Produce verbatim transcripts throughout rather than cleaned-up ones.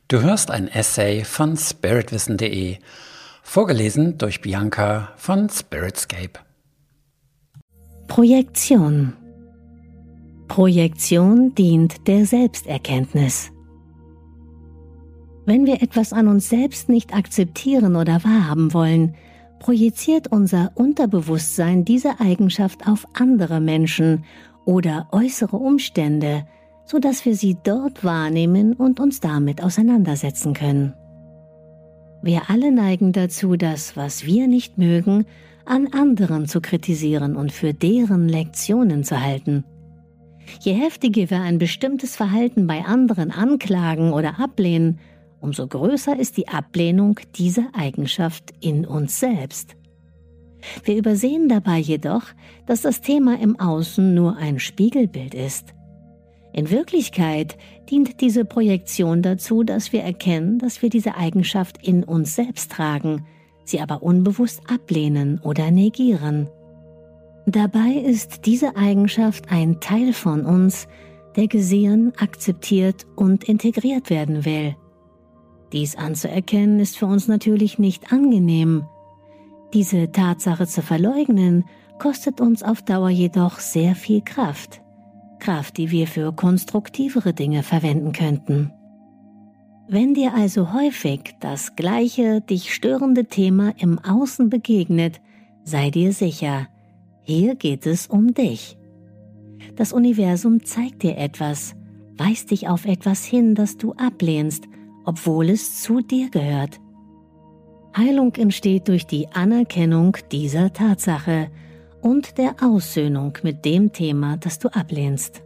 Du hörst ein Essay von spiritwissen punkt de, vorgelesen durch Bianca von Spiritscape. Projektion. Projektion dient der Selbsterkenntnis. Wenn wir etwas an uns selbst nicht akzeptieren oder wahrhaben wollen, projiziert unser Unterbewusstsein diese Eigenschaft auf andere Menschen oder äußere Umstände, sodass wir sie dort wahrnehmen und uns damit auseinandersetzen können. Wir alle neigen dazu, das, was wir nicht mögen, an anderen zu kritisieren und für deren Lektionen zu halten. Je heftiger wir ein bestimmtes Verhalten bei anderen anklagen oder ablehnen, umso größer ist die Ablehnung dieser Eigenschaft in uns selbst. Wir übersehen dabei jedoch, dass das Thema im Außen nur ein Spiegelbild ist. In Wirklichkeit dient diese Projektion dazu, dass wir erkennen, dass wir diese Eigenschaft in uns selbst tragen, sie aber unbewusst ablehnen oder negieren. Dabei ist diese Eigenschaft ein Teil von uns, der gesehen, akzeptiert und integriert werden will. Dies anzuerkennen ist für uns natürlich nicht angenehm. Diese Tatsache zu verleugnen, kostet uns auf Dauer jedoch sehr viel Kraft. Kraft, die wir für konstruktivere Dinge verwenden könnten. Wenn dir also häufig das gleiche, dich störende Thema im Außen begegnet, sei dir sicher, hier geht es um dich. Das Universum zeigt dir etwas, weist dich auf etwas hin, das du ablehnst, obwohl es zu dir gehört. Heilung entsteht durch die Anerkennung dieser Tatsache und der Aussöhnung mit dem Thema, das du ablehnst.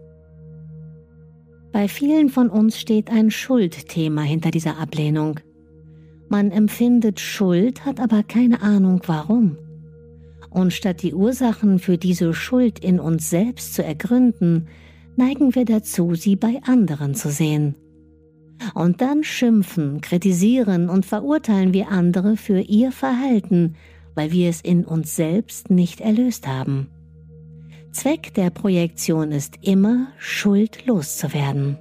Bei vielen von uns steht ein Schuldthema hinter dieser Ablehnung. Man empfindet Schuld, hat aber keine Ahnung warum. Und statt die Ursachen für diese Schuld in uns selbst zu ergründen, neigen wir dazu, sie bei anderen zu sehen. Und dann schimpfen, kritisieren und verurteilen wir andere für ihr Verhalten, weil wir es in uns selbst nicht erlöst haben. Zweck der Projektion ist immer, Schuld loszuwerden.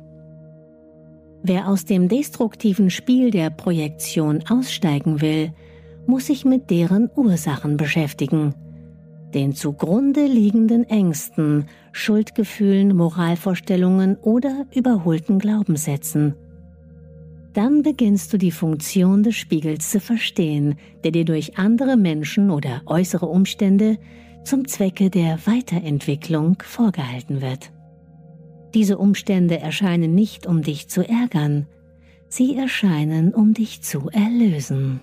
Wer aus dem destruktiven Spiel der Projektion aussteigen will, muss sich mit deren Ursachen beschäftigen, den zugrunde liegenden Ängsten, Schuldgefühlen, Moralvorstellungen oder überholten Glaubenssätzen. Dann beginnst du die Funktion des Spiegels zu verstehen, der dir durch andere Menschen oder äußere Umstände zum Zwecke der Weiterentwicklung vorgehalten wird. Diese Umstände erscheinen nicht, um dich zu ärgern, sie erscheinen, um dich zu erlösen.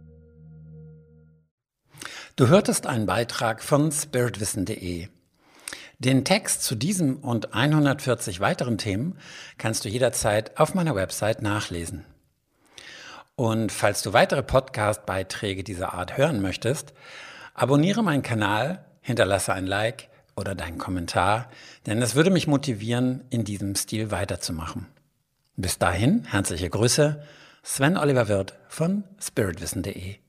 Du hörtest einen Beitrag von spiritwissen punkt de. Den Text zu diesem und hundertvierzig weiteren Themen kannst du jederzeit auf meiner Website nachlesen. Und falls du weitere Podcast-Beiträge dieser Art hören möchtest, abonniere meinen Kanal, hinterlasse ein Like oder deinen Kommentar, denn es würde mich motivieren, in diesem Stil weiterzumachen. Bis dahin, herzliche Grüße, Sven Oliver Wirth von spiritwissen punkt de.